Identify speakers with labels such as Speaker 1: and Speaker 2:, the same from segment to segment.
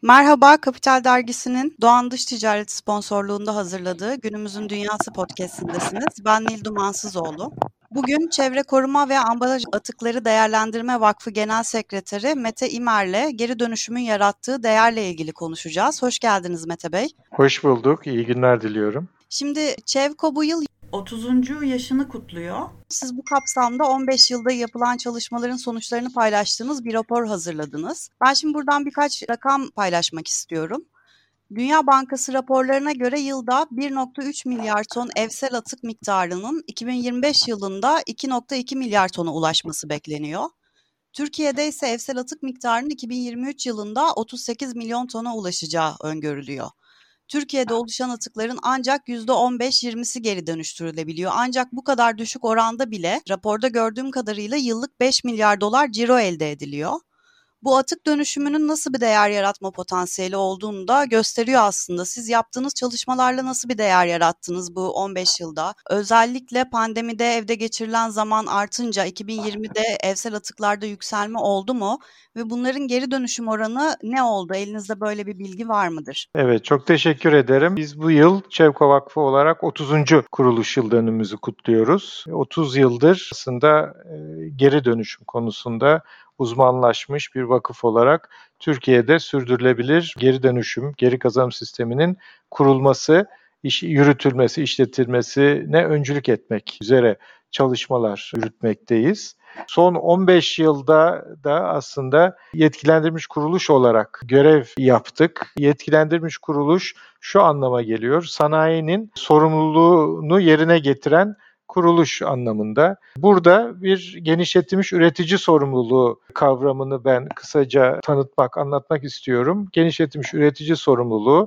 Speaker 1: Merhaba, Kapital Dergisi'nin Doğan Dış Ticaret sponsorluğunda hazırladığı Günümüzün Dünyası podcast'indesiniz. Ben Nil Dumansızoğlu. Bugün Çevre Koruma ve Ambalaj Atıkları Değerlendirme Vakfı Genel Sekreteri Mete İmer'le geri dönüşümün yarattığı değerle ilgili konuşacağız. Hoş geldiniz Mete Bey.
Speaker 2: Hoş bulduk, iyi günler diliyorum.
Speaker 1: Şimdi ÇEVKO bu yıl 30. yaşını kutluyor. Siz bu kapsamda 15 yılda yapılan çalışmaların sonuçlarını paylaştığınız bir rapor hazırladınız. Ben şimdi buradan birkaç rakam paylaşmak istiyorum. Dünya Bankası raporlarına göre yılda 1,3 milyar ton evsel atık miktarının 2025 yılında 2,2 milyar tona ulaşması bekleniyor. Türkiye'de ise evsel atık miktarının 2023 yılında 38 milyon tona ulaşacağı öngörülüyor. Türkiye'de oluşan atıkların ancak %15-20'si geri dönüştürülebiliyor. Ancak bu kadar düşük oranda bile raporda gördüğüm kadarıyla yıllık 5 milyar dolar ciro elde ediliyor. Bu atık dönüşümünün nasıl bir değer yaratma potansiyeli olduğunu da gösteriyor aslında. Siz yaptığınız çalışmalarla nasıl bir değer yarattınız bu 15 yılda? Özellikle pandemide evde geçirilen zaman artınca 2020'de evsel atıklarda yükselme oldu mu? Ve bunların geri dönüşüm oranı ne oldu? Elinizde böyle bir bilgi var mıdır?
Speaker 2: Evet, çok teşekkür ederim. Biz bu yıl ÇEVKO Vakfı olarak 30. kuruluş yıl dönümümüzü kutluyoruz. 30 yıldır aslında geri dönüşüm konusunda uzmanlaşmış bir vakıf olarak Türkiye'de sürdürülebilir geri dönüşüm, geri kazanım sisteminin kurulması, yürütülmesi, işletilmesine öncülük etmek üzere çalışmalar yürütmekteyiz. Son 15 yılda da aslında yetkilendirilmiş kuruluş olarak görev yaptık. Yetkilendirilmiş kuruluş şu anlama geliyor: sanayinin sorumluluğunu yerine getiren kuruluş anlamında. Burada bir genişletilmiş üretici sorumluluğu kavramını ben kısaca anlatmak istiyorum. Genişletilmiş üretici sorumluluğu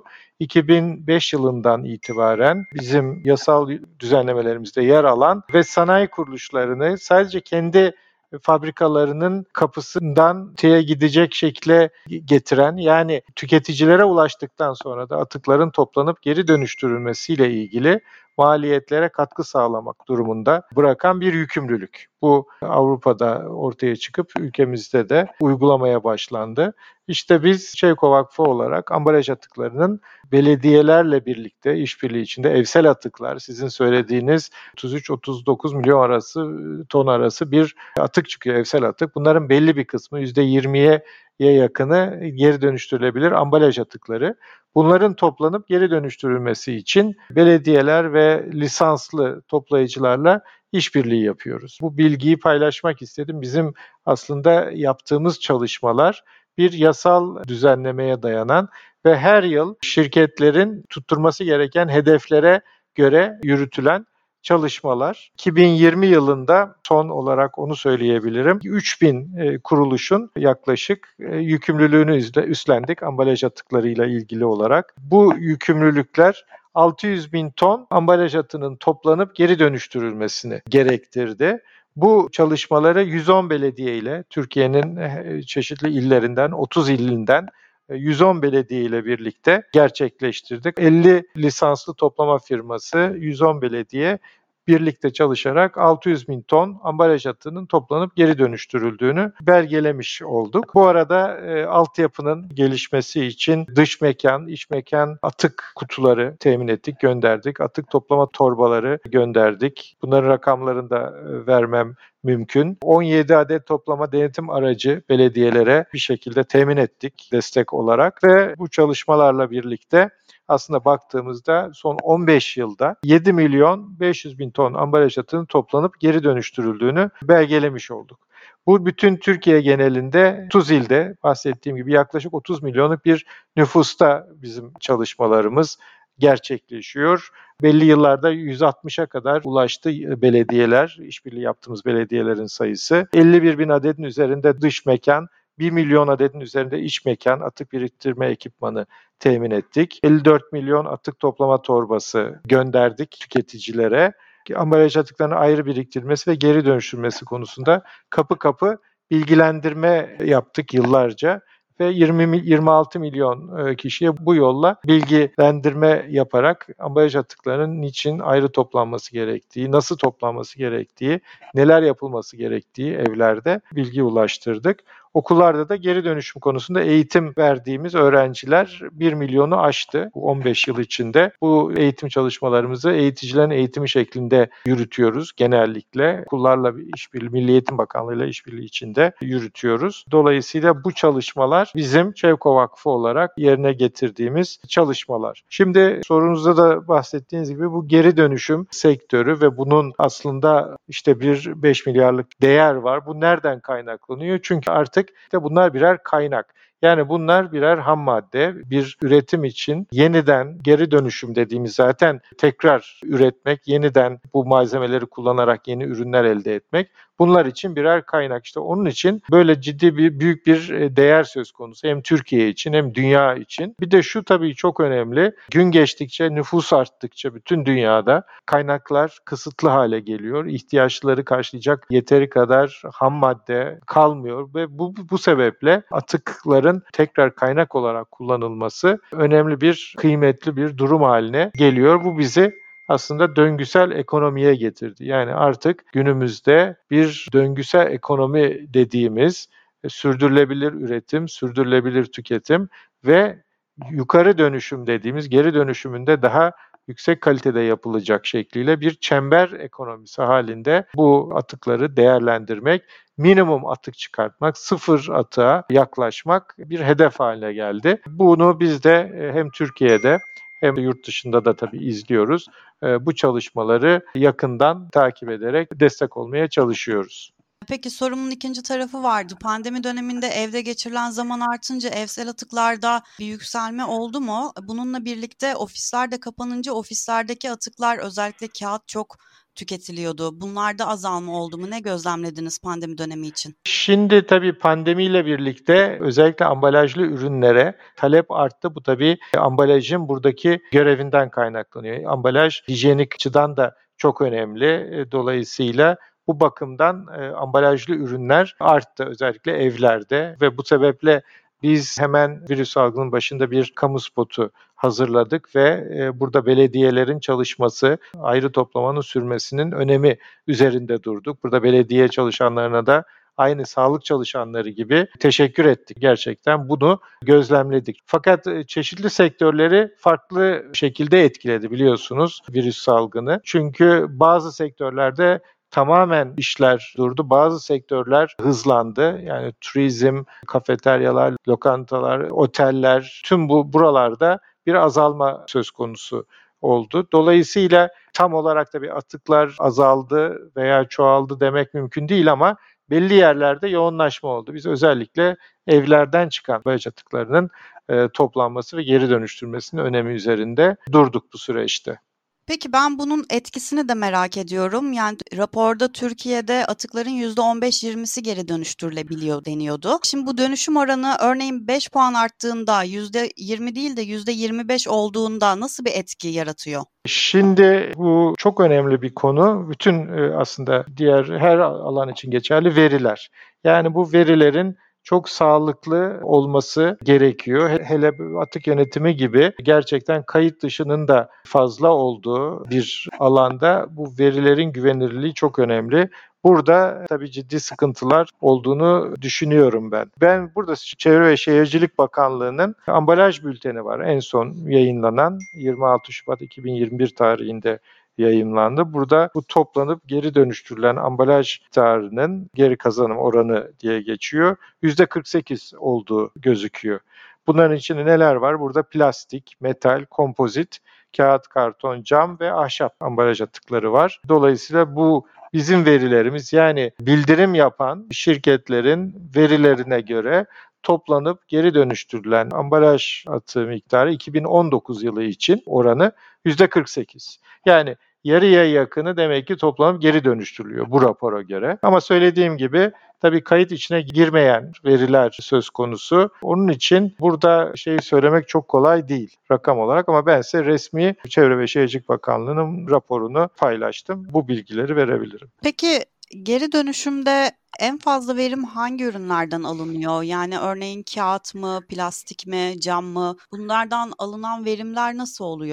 Speaker 2: 2005 yılından itibaren bizim yasal düzenlemelerimizde yer alan ve sanayi kuruluşlarını sadece kendi fabrikalarının kapısından gidecek şekle getiren, yani tüketicilere ulaştıktan sonra da atıkların toplanıp geri dönüştürülmesiyle ilgili maliyetlere katkı sağlamak durumunda bırakan bir yükümlülük. Bu Avrupa'da ortaya çıkıp ülkemizde de uygulamaya başlandı. İşte biz ÇEVKO Vakfı olarak ambalaj atıklarının belediyelerle birlikte işbirliği içinde evsel atıklar, sizin söylediğiniz 33-39 milyon ton arası bir atık çıkıyor, evsel atık. Bunların belli bir kısmı, %20'ye yakını geri dönüştürülebilir ambalaj atıkları. Bunların toplanıp geri dönüştürülmesi için belediyeler ve lisanslı toplayıcılarla işbirliği yapıyoruz. Bu bilgiyi paylaşmak istedim. Bizim aslında yaptığımız çalışmalar bir yasal düzenlemeye dayanan ve her yıl şirketlerin tutturması gereken hedeflere göre yürütülen çalışmalar. 2020 yılında son olarak onu söyleyebilirim. 3000 kuruluşun yaklaşık yükümlülüğünü üstlendik ambalaj atıklarıyla ilgili olarak. Bu yükümlülükler 600 bin ton ambalaj atığının toplanıp geri dönüştürülmesini gerektirdi. Bu çalışmaları 110 belediye ile, Türkiye'nin çeşitli illerinden, 30 ilinden 110 belediye ile birlikte gerçekleştirdik. 50 lisanslı toplama firması, 110 belediye birlikte çalışarak 600 bin ton ambalaj atığının toplanıp geri dönüştürüldüğünü belgelemiş olduk. Bu arada altyapının gelişmesi için dış mekan, iç mekan atık kutuları temin ettik, gönderdik. Atık toplama torbaları gönderdik. Bunların rakamlarını da vermem mümkün. 17 adet toplama denetim aracı belediyelere bir şekilde temin ettik destek olarak ve bu çalışmalarla birlikte aslında baktığımızda son 15 yılda 7 milyon 500 bin ton ambalaj atığının toplanıp geri dönüştürüldüğünü belgelemiş olduk. Bu bütün Türkiye genelinde 30 ilde, bahsettiğim gibi yaklaşık 30 milyonluk bir nüfusta bizim çalışmalarımız gerçekleşiyor. Belli yıllarda 160'a kadar ulaştı belediyeler, işbirliği yaptığımız belediyelerin sayısı. 51 bin adetin üzerinde dış mekan, 1 milyon adetin üzerinde iç mekan atık biriktirme ekipmanı temin ettik. 54 milyon atık toplama torbası gönderdik tüketicilere. Ambalaj atıklarının ayrı biriktirilmesi ve geri dönüştürülmesi konusunda kapı kapı bilgilendirme yaptık yıllarca ve 26 milyon kişiye bu yolla bilgilendirme yaparak ambalaj atıklarının niçin ayrı toplanması gerektiği, nasıl toplanması gerektiği, neler yapılması gerektiği evlerde bilgi ulaştırdık. Okullarda da geri dönüşüm konusunda eğitim verdiğimiz öğrenciler 1 milyonu aştı bu 15 yıl içinde. Bu eğitim çalışmalarımızı eğiticilerin eğitimi şeklinde yürütüyoruz genellikle. Okullarla işbirliği, Milli Eğitim Bakanlığı'yla işbirliği içinde yürütüyoruz. Dolayısıyla bu çalışmalar bizim Çevko Vakfı olarak yerine getirdiğimiz çalışmalar. Şimdi sorunuzda da bahsettiğiniz gibi bu geri dönüşüm sektörü ve bunun aslında işte bir 5 milyarlık değer var. Bu nereden kaynaklanıyor? Çünkü artık de bunlar birer kaynak. Yani bunlar birer ham madde, bir üretim için yeniden geri dönüşüm dediğimiz zaten tekrar üretmek, yeniden bu malzemeleri kullanarak yeni ürünler elde etmek. Bunlar için birer kaynak. İşte onun için böyle ciddi büyük bir değer söz konusu. Hem Türkiye için hem dünya için. Bir de şu tabii çok önemli. Gün geçtikçe, nüfus arttıkça bütün dünyada kaynaklar kısıtlı hale geliyor. İhtiyaçları karşılayacak yeteri kadar ham madde kalmıyor ve bu sebeple atıkların tekrar kaynak olarak kullanılması önemli bir, kıymetli bir durum haline geliyor. Bu bizi aslında döngüsel ekonomiye getirdi. Yani artık günümüzde bir döngüsel ekonomi dediğimiz sürdürülebilir üretim, sürdürülebilir tüketim ve yukarı dönüşüm dediğimiz geri dönüşümünde daha yüksek kalitede yapılacak şekliyle bir çember ekonomisi halinde bu atıkları değerlendirmek, minimum atık çıkartmak, sıfır atığa yaklaşmak bir hedef haline geldi. Bunu biz de hem Türkiye'de hem de yurt dışında da tabii izliyoruz. Bu çalışmaları yakından takip ederek destek olmaya çalışıyoruz.
Speaker 1: Peki sorumun ikinci tarafı vardı. Pandemi döneminde evde geçirilen zaman artınca evsel atıklarda bir yükselme oldu mu? Bununla birlikte ofisler de kapanınca ofislerdeki atıklar, özellikle kağıt, çok tüketiliyordu. Bunlarda azalma oldu mu? Ne gözlemlediniz pandemi dönemi için?
Speaker 2: Şimdi tabii pandemiyle birlikte özellikle ambalajlı ürünlere talep arttı. Bu tabii ambalajın buradaki görevinden kaynaklanıyor. Ambalaj hijyenik açıdan da çok önemli. Dolayısıyla bu bakımdan ambalajlı ürünler arttı özellikle evlerde ve bu sebeple biz hemen virüs salgının başında bir kamu spotu hazırladık ve burada belediyelerin çalışması, ayrı toplamanın sürmesinin önemi üzerinde durduk. Burada belediye çalışanlarına da aynı sağlık çalışanları gibi teşekkür ettik. Gerçekten bunu gözlemledik. Fakat çeşitli sektörleri farklı şekilde etkiledi biliyorsunuz virüs salgını. Çünkü bazı sektörlerde tamamen işler durdu. Bazı sektörler hızlandı. Yani turizm, kafeteryalar, lokantalar, oteller, tüm buralarda bir azalma söz konusu oldu. Dolayısıyla tam olarak da bir atıklar azaldı veya çoğaldı demek mümkün değil ama belli yerlerde yoğunlaşma oldu. Biz özellikle evlerden çıkan ambalaj atıklarının toplanması ve geri dönüştürülmesinin önemi üzerinde durduk bu süreçte.
Speaker 1: Peki ben bunun etkisini de merak ediyorum. Yani raporda Türkiye'de atıkların %15-20'si geri dönüştürülebiliyor deniyordu. Şimdi bu dönüşüm oranı örneğin 5 puan arttığında %20 değil de %25 olduğunda nasıl bir etki yaratıyor?
Speaker 2: Şimdi bu çok önemli bir konu. Bütün aslında diğer her alan için geçerli veriler. Yani bu verilerin çok sağlıklı olması gerekiyor. Hele atık yönetimi gibi gerçekten kayıt dışının da fazla olduğu bir alanda bu verilerin güvenilirliği çok önemli. Burada tabii ciddi sıkıntılar olduğunu düşünüyorum ben. Ben burada Çevre ve Şehircilik Bakanlığı'nın ambalaj bülteni var. En son yayınlanan 26 Şubat 2021 tarihinde yayımlandı. Burada bu toplanıp geri dönüştürülen ambalaj miktarının geri kazanım oranı diye geçiyor. %48 olduğu gözüküyor. Bunların içinde neler var? Burada plastik, metal, kompozit, kağıt, karton, cam ve ahşap ambalaj atıkları var. Dolayısıyla bu bizim verilerimiz, yani bildirim yapan şirketlerin verilerine göre toplanıp geri dönüştürülen ambalaj atığı miktarı 2019 yılı için oranı %48. Yani yarıya yakını demek ki toplanıp geri dönüştürülüyor bu rapora göre. Ama söylediğim gibi tabii kayıt içine girmeyen veriler söz konusu. Onun için burada söylemek çok kolay değil rakam olarak, ama ben size resmi Çevre ve Şehircilik Bakanlığı'nın raporunu paylaştım. Bu bilgileri verebilirim.
Speaker 1: Peki geri dönüşümde en fazla verim hangi ürünlerden alınıyor? Yani örneğin kağıt mı, plastik mi, cam mı? Bunlardan alınan verimler nasıl oluyor?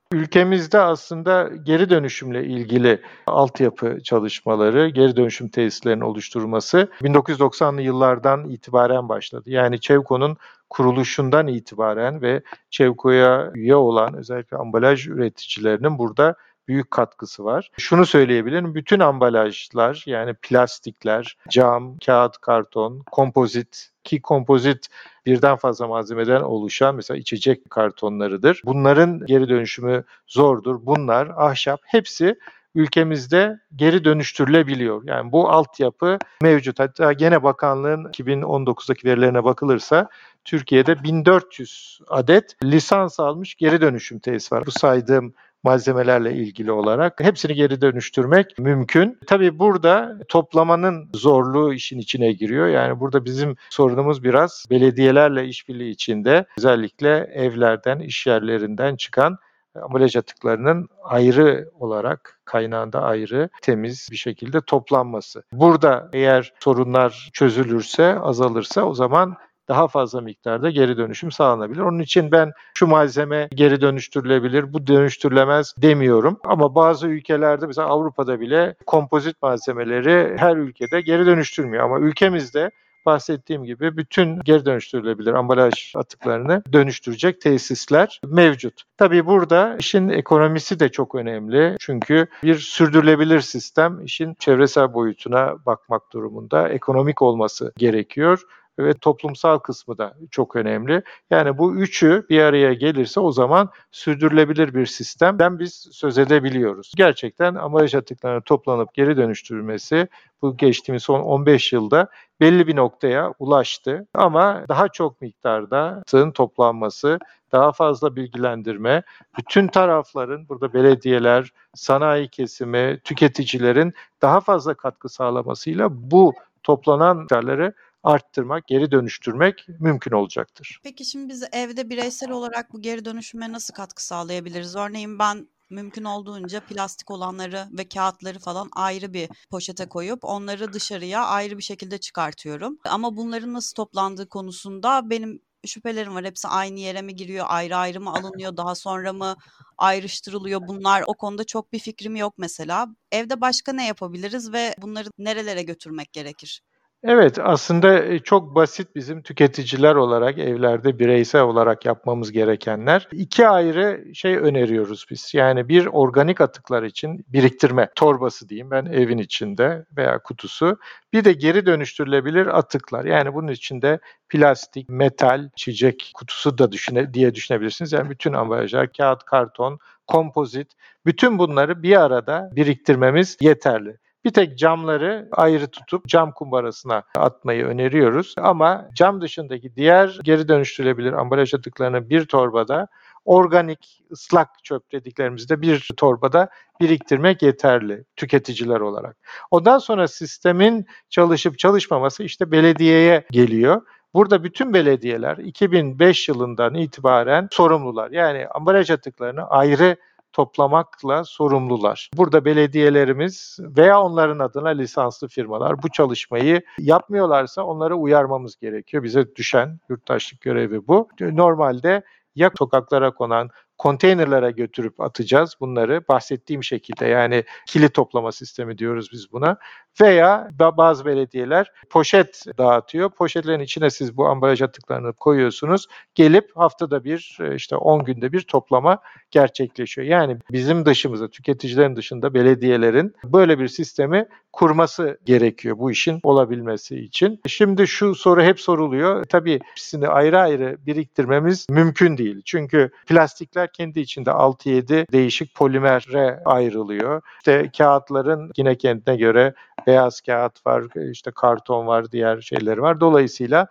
Speaker 2: Ülkemizde aslında geri dönüşümle ilgili altyapı çalışmaları, geri dönüşüm tesislerinin oluşturulması 1990'lı yıllardan itibaren başladı. Yani ÇEVKO'nun kuruluşundan itibaren ve ÇEVKO'ya üye olan özellikle ambalaj üreticilerinin burada büyük katkısı var. Şunu söyleyebilirim, bütün ambalajlar yani plastikler, cam, kağıt, karton, kompozit ki kompozit birden fazla malzemeden oluşan mesela içecek kartonlarıdır. Bunların geri dönüşümü zordur. Bunlar, ahşap hepsi ülkemizde geri dönüştürülebiliyor. Yani bu altyapı mevcut. Hatta gene bakanlığın 2019'daki verilerine bakılırsa Türkiye'de 1400 adet lisans almış geri dönüşüm tesisi var. Bu saydığım malzemelerle ilgili olarak hepsini geri dönüştürmek mümkün. Tabii burada toplamanın zorluğu işin içine giriyor. Yani burada bizim sorunumuz biraz belediyelerle işbirliği içinde özellikle evlerden, iş yerlerinden çıkan ambalaj atıklarının ayrı olarak kaynağında ayrı temiz bir şekilde toplanması. Burada eğer sorunlar çözülürse, azalırsa o zaman daha fazla miktarda geri dönüşüm sağlanabilir. Onun için ben şu malzeme geri dönüştürülebilir, bu dönüştürülemez demiyorum. Ama bazı ülkelerde mesela Avrupa'da bile kompozit malzemeleri her ülkede geri dönüştürmüyor. Ama ülkemizde bahsettiğim gibi bütün geri dönüştürülebilir ambalaj atıklarını dönüştürecek tesisler mevcut. Tabii burada işin ekonomisi de çok önemli. Çünkü bir sürdürülebilir sistem işin çevresel boyutuna bakmak durumunda. Ekonomik olması gerekiyor ve toplumsal kısmı da çok önemli. Yani bu üçü bir araya gelirse o zaman sürdürülebilir bir sistemden biz söz edebiliyoruz. Gerçekten ambalaj atıklarının toplanıp geri dönüştürülmesi bu geçtiğimiz son 15 yılda belli bir noktaya ulaştı. Ama daha çok miktarda atığın toplanması, daha fazla bilgilendirme, bütün tarafların, burada belediyeler, sanayi kesimi, tüketicilerin daha fazla katkı sağlamasıyla bu toplanan miktarları arttırmak, geri dönüştürmek mümkün olacaktır.
Speaker 1: Peki şimdi biz evde bireysel olarak bu geri dönüşüme nasıl katkı sağlayabiliriz? Örneğin ben mümkün olduğunca plastik olanları ve kağıtları falan ayrı bir poşete koyup onları dışarıya ayrı bir şekilde çıkartıyorum. Ama bunların nasıl toplandığı konusunda benim şüphelerim var. Hepsi aynı yere mi giriyor, ayrı ayrı mı alınıyor, daha sonra mı ayrıştırılıyor bunlar? O konuda çok bir fikrim yok mesela. Evde başka ne yapabiliriz ve bunları nerelere götürmek gerekir?
Speaker 2: Evet, aslında çok basit bizim tüketiciler olarak evlerde bireysel olarak yapmamız gerekenler. İki ayrı şey öneriyoruz biz. Yani bir organik atıklar için biriktirme torbası diyeyim ben evin içinde veya kutusu. Bir de geri dönüştürülebilir atıklar. Yani bunun içinde plastik, metal, içecek kutusu da diye düşünebilirsiniz. Yani bütün ambalajlar, kağıt, karton, kompozit, bütün bunları bir arada biriktirmemiz yeterli. Bir tek camları ayrı tutup cam kumbarasına atmayı öneriyoruz. Ama cam dışındaki diğer geri dönüştürülebilir ambalaj atıklarını bir torbada, organik ıslak çöp dediklerimizi de bir torbada biriktirmek yeterli tüketiciler olarak. Ondan sonra sistemin çalışıp çalışmaması işte belediyeye geliyor. Burada bütün belediyeler 2005 yılından itibaren sorumlular. Yani ambalaj atıklarını ayrı toplamakla sorumlular. Burada belediyelerimiz veya onların adına lisanslı firmalar bu çalışmayı yapmıyorlarsa onları uyarmamız gerekiyor. Bize düşen yurttaşlık görevi bu. Normalde ya sokaklara konan konteynerlere götürüp atacağız bunları bahsettiğim şekilde yani kili toplama sistemi diyoruz biz buna veya bazı belediyeler poşet dağıtıyor. Poşetlerin içine siz bu ambalaj atıklarını koyuyorsunuz. Gelip haftada bir işte 10 günde bir toplama gerçekleşiyor. Yani bizim dışımızda tüketicilerin dışında belediyelerin böyle bir sistemi kurması gerekiyor bu işin olabilmesi için. Şimdi şu soru hep soruluyor. Tabii hepsini ayrı ayrı biriktirmemiz mümkün değil. Çünkü plastikler kendi içinde 6-7 değişik polimere ayrılıyor. İşte kağıtların yine kendine göre beyaz kağıt var, işte karton var, diğer şeyleri var. Dolayısıyla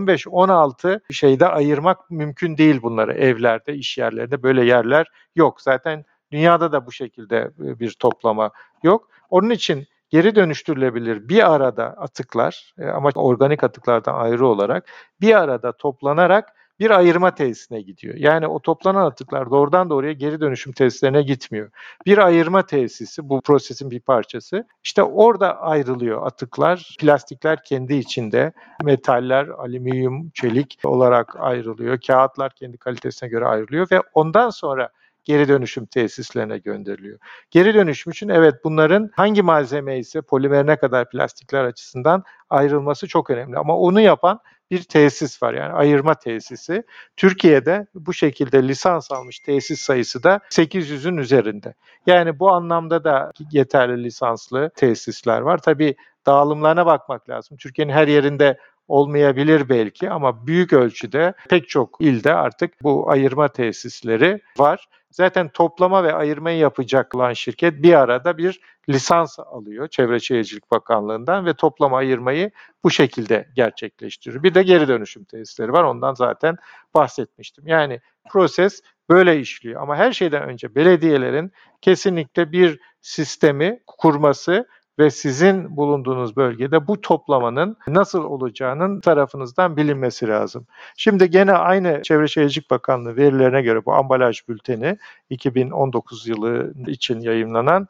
Speaker 2: 15-16 şeyde ayırmak mümkün değil bunları evlerde, iş yerlerinde böyle yerler yok. Zaten dünyada da bu şekilde bir toplama yok. Onun için geri dönüştürülebilir bir arada atıklar ama organik atıklardan ayrı olarak bir arada toplanarak bir ayırma tesisine gidiyor. Yani o toplanan atıklar doğrudan doğruya geri dönüşüm tesislerine gitmiyor. Bir ayırma tesisi bu prosesin bir parçası. İşte orada ayrılıyor atıklar. Plastikler kendi içinde, metaller, alüminyum, çelik olarak ayrılıyor. Kağıtlar kendi kalitesine göre ayrılıyor ve ondan sonra geri dönüşüm tesislerine gönderiliyor. Geri dönüşüm için evet bunların hangi malzeme ise polimerine kadar plastikler açısından ayrılması çok önemli. Ama onu yapan bir tesis var, yani ayırma tesisi. Türkiye'de bu şekilde lisans almış tesis sayısı da 800'ün üzerinde. Yani bu anlamda da yeterli lisanslı tesisler var. Tabii dağılımlarına bakmak lazım. Türkiye'nin her yerinde olmayabilir belki ama büyük ölçüde pek çok ilde artık bu ayırma tesisleri var. Zaten toplama ve ayırmayı yapacak olan şirket bir arada bir lisans alıyor Çevre Şehircilik Bakanlığı'ndan ve toplama ayırmayı bu şekilde gerçekleştiriyor. Bir de geri dönüşüm tesisleri var. Ondan zaten bahsetmiştim. Yani proses böyle işliyor. Ama her şeyden önce belediyelerin kesinlikle bir sistemi kurması ve sizin bulunduğunuz bölgede bu toplamanın nasıl olacağının tarafınızdan bilinmesi lazım. Şimdi gene aynı Çevre Şehircilik Bakanlığı verilerine göre bu ambalaj bülteni 2019 yılı için yayımlanan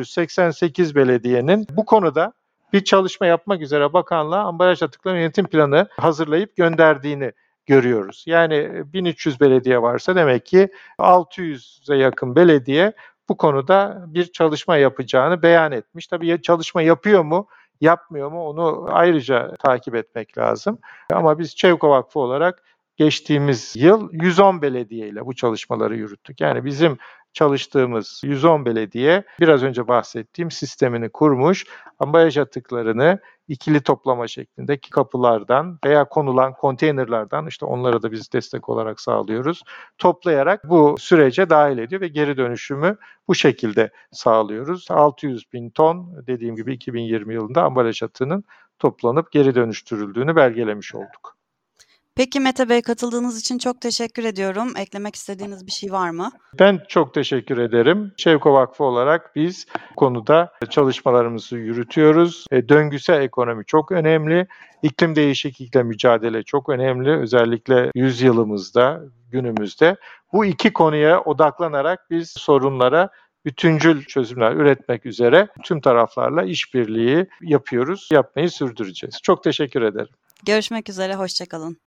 Speaker 2: 588 belediyenin bu konuda bir çalışma yapmak üzere bakanlığa ambalaj atıkları yönetim planı hazırlayıp gönderdiğini görüyoruz. Yani 1300 belediye varsa demek ki 600'e yakın belediye bu konuda bir çalışma yapacağını beyan etmiş. Tabii çalışma yapıyor mu, yapmıyor mu onu ayrıca takip etmek lazım. Ama biz ÇEVKO Vakfı olarak geçtiğimiz yıl 110 belediye ile bu çalışmaları yürüttük. Yani bizim çalıştığımız 110 belediye biraz önce bahsettiğim sistemini kurmuş, ambalaj atıklarını ikili toplama şeklindeki kapılardan veya konulan konteynerlardan, işte onlara da biz destek olarak sağlıyoruz, toplayarak bu sürece dahil ediyor ve geri dönüşümü bu şekilde sağlıyoruz. 600 bin ton dediğim gibi 2020 yılında ambalaj atığının toplanıp geri dönüştürüldüğünü belgelemiş olduk.
Speaker 1: Peki Mete Bey, katıldığınız için çok teşekkür ediyorum. Eklemek istediğiniz bir şey var mı?
Speaker 2: Ben çok teşekkür ederim. ÇEVKO Vakfı olarak biz konuda çalışmalarımızı yürütüyoruz. Döngüsel ekonomi çok önemli. İklim değişikliğiyle mücadele çok önemli. Özellikle yüzyılımızda, günümüzde. Bu iki konuya odaklanarak biz sorunlara bütüncül çözümler üretmek üzere tüm taraflarla işbirliği yapıyoruz, yapmayı sürdüreceğiz. Çok teşekkür ederim.
Speaker 1: Görüşmek üzere, hoşça kalın.